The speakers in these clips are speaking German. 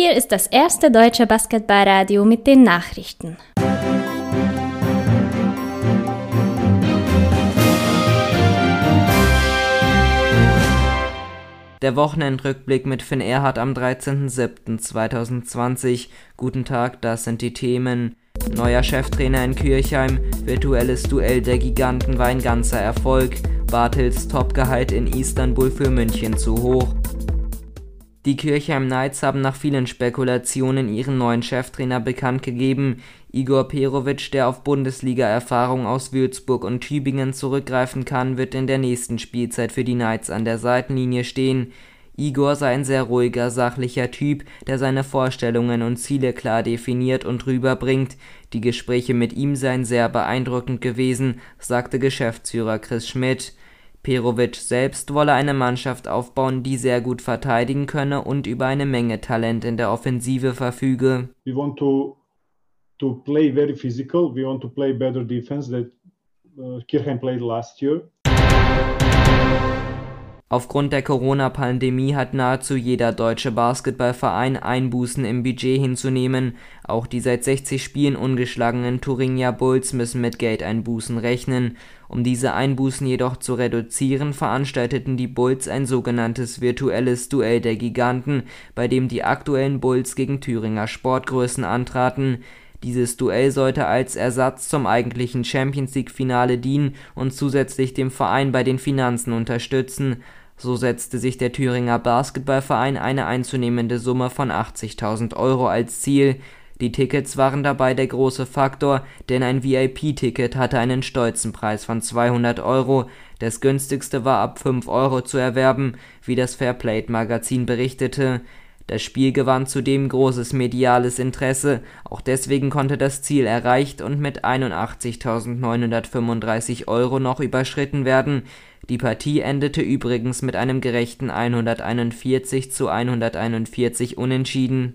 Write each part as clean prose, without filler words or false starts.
Hier ist das erste deutsche Basketballradio mit den Nachrichten. Der Wochenendrückblick mit Finn Erhardt am 13.07.2020. Guten Tag, das sind die Themen. Neuer Cheftrainer in Kirchheim, virtuelles Duell der Giganten war ein ganzer Erfolg. Bartels Topgehalt in Istanbul für München zu hoch. Die Kirchheim Knights haben nach vielen Spekulationen ihren neuen Cheftrainer bekannt gegeben. Igor Perovic, der auf Bundesliga-Erfahrung aus Würzburg und Tübingen zurückgreifen kann, wird in der nächsten Spielzeit für die Knights an der Seitenlinie stehen. Igor sei ein sehr ruhiger, sachlicher Typ, der seine Vorstellungen und Ziele klar definiert und rüberbringt. Die Gespräche mit ihm seien sehr beeindruckend gewesen, sagte Geschäftsführer Chris Schmidt. Perovic selbst wolle eine Mannschaft aufbauen, die sehr gut verteidigen könne und über eine Menge Talent in der Offensive verfüge. We want to play very physical. We want to play better defense that Kirchheim played last year. Aufgrund der Corona-Pandemie hat nahezu jeder deutsche Basketballverein Einbußen im Budget hinzunehmen. Auch die seit 60 Spielen ungeschlagenen Thuringia Bulls müssen mit Geldeinbußen rechnen. Um diese Einbußen jedoch zu reduzieren, veranstalteten die Bulls ein sogenanntes virtuelles Duell der Giganten, bei dem die aktuellen Bulls gegen Thüringer Sportgrößen antraten. Dieses Duell sollte als Ersatz zum eigentlichen Champions-League-Finale dienen und zusätzlich dem Verein bei den Finanzen unterstützen. So setzte sich der Thüringer Basketballverein eine einzunehmende Summe von 80.000 € als Ziel. Die Tickets waren dabei der große Faktor, denn ein VIP-Ticket hatte einen stolzen Preis von 200 €. Das günstigste war ab 5 € zu erwerben, wie das Fairplay-Magazin berichtete. Das Spiel gewann zudem großes mediales Interesse, auch deswegen konnte das Ziel erreicht und mit 81.935 € noch überschritten werden. Die Partie endete übrigens mit einem gerechten 141:141 Unentschieden.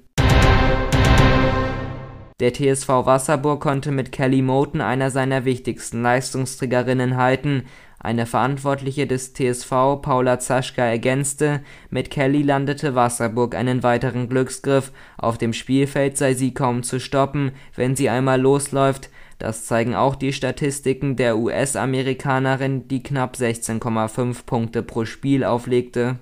Der TSV Wasserburg konnte mit Kelly Moten einer seiner wichtigsten Leistungsträgerinnen halten. Eine Verantwortliche des TSV, Paula Zaschka, ergänzte: Mit Kelly landete Wasserburg einen weiteren Glücksgriff. Auf dem Spielfeld sei sie kaum zu stoppen, wenn sie einmal losläuft. Das zeigen auch die Statistiken der US-Amerikanerin, die knapp 16,5 Punkte pro Spiel auflegte.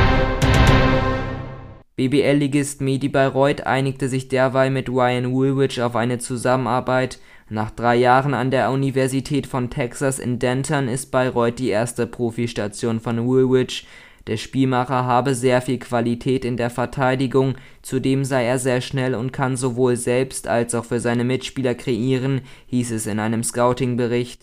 BBL-Ligist Medi Bayreuth einigte sich derweil mit Ryan Woolwich auf eine Zusammenarbeit. Nach 3 Jahren an der Universität von Texas in Denton ist Bayreuth die erste Profistation von Woolwich. Der Spielmacher habe sehr viel Qualität in der Verteidigung, zudem sei er sehr schnell und kann sowohl selbst als auch für seine Mitspieler kreieren, hieß es in einem Scouting-Bericht.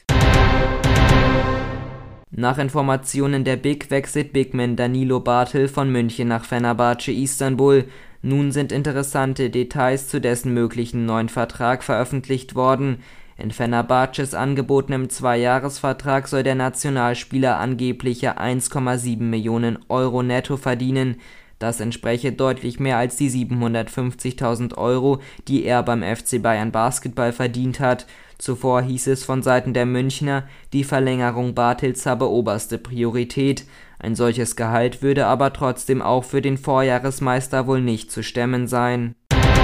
Nach Informationen der BIG wechselt Bigman Danilo Bartel von München nach Fenerbahce Istanbul. Nun sind interessante Details zu dessen möglichen neuen Vertrag veröffentlicht worden. In Fenerbahces angebotenem 2-Jahres-Vertrag soll der Nationalspieler angebliche 1,7 Millionen € netto verdienen. Das entspräche deutlich mehr als die 750.000 €, die er beim FC Bayern Basketball verdient hat. Zuvor hieß es von Seiten der Münchner, die Verlängerung Bartels habe oberste Priorität. Ein solches Gehalt würde aber trotzdem auch für den Vorjahresmeister wohl nicht zu stemmen sein.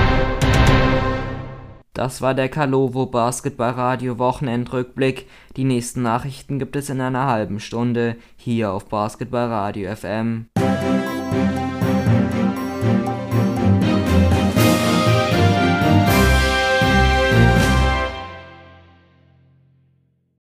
Das war der Karlovo Basketballradio Wochenendrückblick. Die nächsten Nachrichten gibt es in einer halben Stunde hier auf Basketballradio FM.